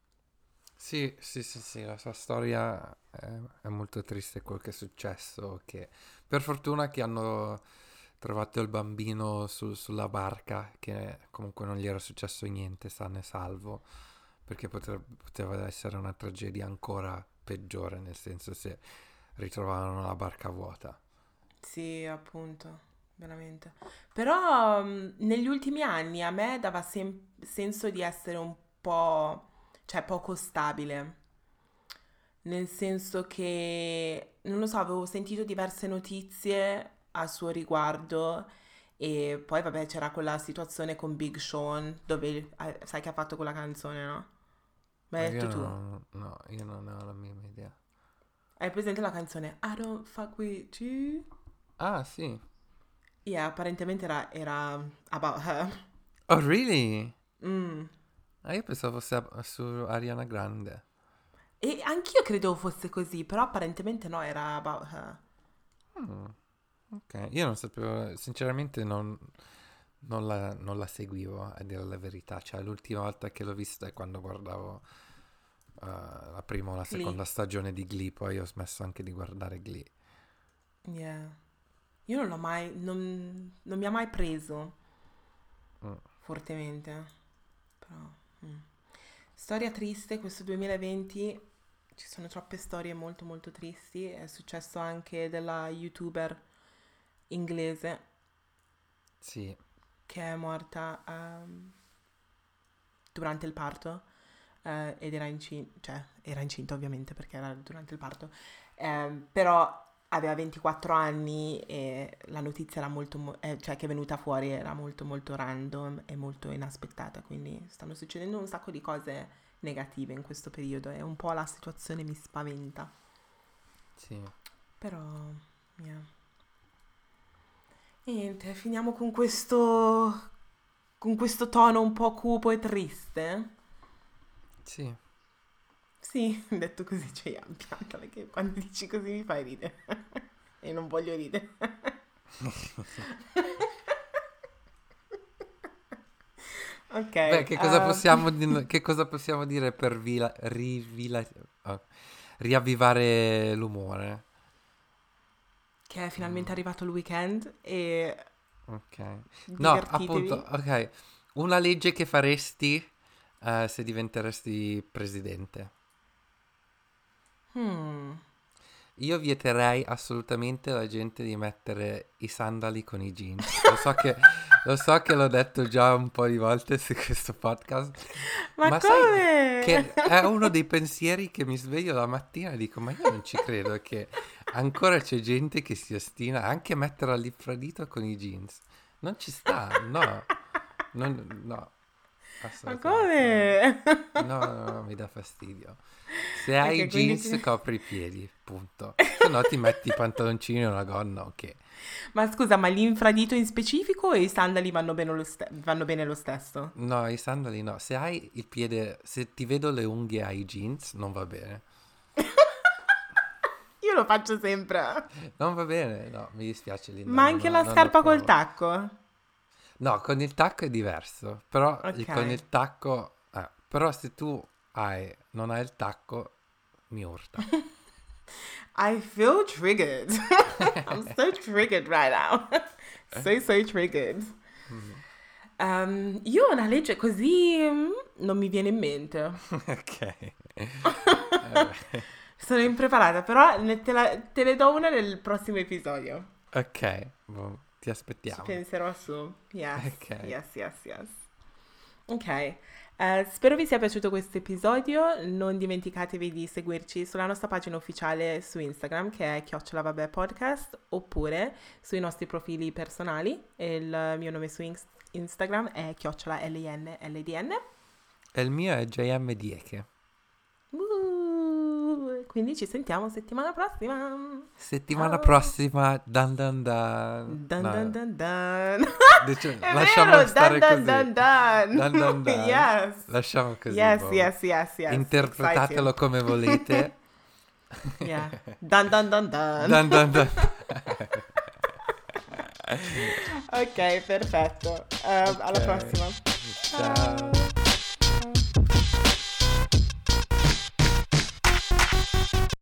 sì, sì, sì, sì, la sua storia è, è molto triste quel che è successo, che per fortuna che hanno trovato il bambino sul- sulla barca, che comunque non gli era successo niente, sano e salvo, perché potre- poteva essere una tragedia ancora peggiore, nel senso se ritrovavano la barca vuota. Sì, appunto, veramente. Però mh, negli ultimi anni a me dava sem- senso di essere un po', cioè poco stabile. Nel senso che, non lo so, avevo sentito diverse notizie a suo riguardo e poi vabbè c'era quella situazione con Big Sean dove, eh, sai che ha fatto quella canzone, no? Me Ma l'hai io detto tu. non, no, io non ne ho la minima idea. Hai presente la canzone I don't fuck with you? Ah, sì. Yeah, apparentemente era, era about her. Oh, really? Mm. Ah, io pensavo fosse a- su Ariana Grande. E anch'io credevo fosse così, però apparentemente no, era about her. Mm, ok, io non sapevo, sinceramente non, non la, non la seguivo, a dire la verità. Cioè, l'ultima volta che l'ho vista è quando guardavo eh, la prima o la Glee. seconda stagione di Glee, poi ho smesso anche di guardare Glee. Yeah. Io non l'ho mai, non, non mi ha mai preso Mm, fortemente, però... mm. Storia triste, questo duemilaventi, ci sono troppe storie molto molto tristi, è successo anche della YouTuber inglese sì, che è morta ehm, durante il parto eh, ed era incinta, cioè era incinta ovviamente perché era durante il parto, ehm, però aveva ventiquattro anni e la notizia era molto, mo- eh, cioè che è venuta fuori era molto molto random e molto inaspettata, quindi stanno succedendo un sacco di cose negative in questo periodo e un po' la situazione mi spaventa, sì, però yeah. Niente, finiamo con questo con questo tono un po' cupo e triste. sì. Sì, detto così c'è pianta perché quando dici così mi fai ridere e non voglio ridere. Ok, Beh, che cosa ehm, possiamo, di- che cosa possiamo dire per vila- rivila- oh, riavvivare l'umore? che è finalmente Mm, arrivato il weekend e ok. No, appunto, divertitevi. ok. Una legge che faresti eh, se diventeresti presidente. Hmm. Io vieterei assolutamente alla gente di mettere i sandali con i jeans. Lo so che, lo so che l'ho detto già un po' di volte su questo podcast, Ma ma sai come? che è uno dei pensieri che mi sveglio la mattina e dico, ma io non ci credo che ancora c'è gente che si ostina anche a mettere all'infradito con i jeans. Non ci sta, no, non- no, Ma assolutamente no. come? No, no, no, mi dà fastidio. Se hai i Ok, quindi... jeans, copri i piedi, punto. Se no ti metti i pantaloncini e una gonna, ok. Ma scusa, ma l'infradito in specifico e i sandali vanno bene lo, ste- vanno bene lo stesso? No, i sandali no. Se hai il piede, se ti vedo le unghie ai jeans, non va bene. Io lo faccio sempre. Non va bene, no, mi dispiace Linda, Ma non anche ho, la non scarpa col approvo. tacco? No, con il tacco è diverso, però il- Ok. con il tacco... eh, però se tu hai, non hai il tacco, mi urta. I feel triggered. I'm so triggered right now. So, so triggered. Mhm. Ehm, io una legge così mm, non mi viene in mente. Ok. Eh, Sono impreparata, però ne- te, la- te ne do una nel prossimo episodio. ok, boh. ti aspettiamo. Ci penserò su. Yes, Ok. yes, yes, yes. Ok, eh, spero vi sia piaciuto questo episodio. Non dimenticatevi di seguirci sulla nostra pagina ufficiale su Instagram, che è chiocciola vabbè podcast, oppure sui nostri profili personali. Il mio nome su Inst- Instagram è chiocciola L I N L D N. E il mio è J M Dieche. Uh, quindi ci sentiamo settimana prossima. Settimana Ciao. prossima, dan dan dan. Dun No, dun dun dun. dice- È lasciamo vero, stare dun così. dun dun dun. Dan dan dan. Yes. Lasciamo così. Yes, boh. yes, yes, yes. Interpretatelo come volete. Yeah. Dun dun dun dun. Dan dan dan. Ok, perfetto. Eh, Alla Ok. prossima. Ciao.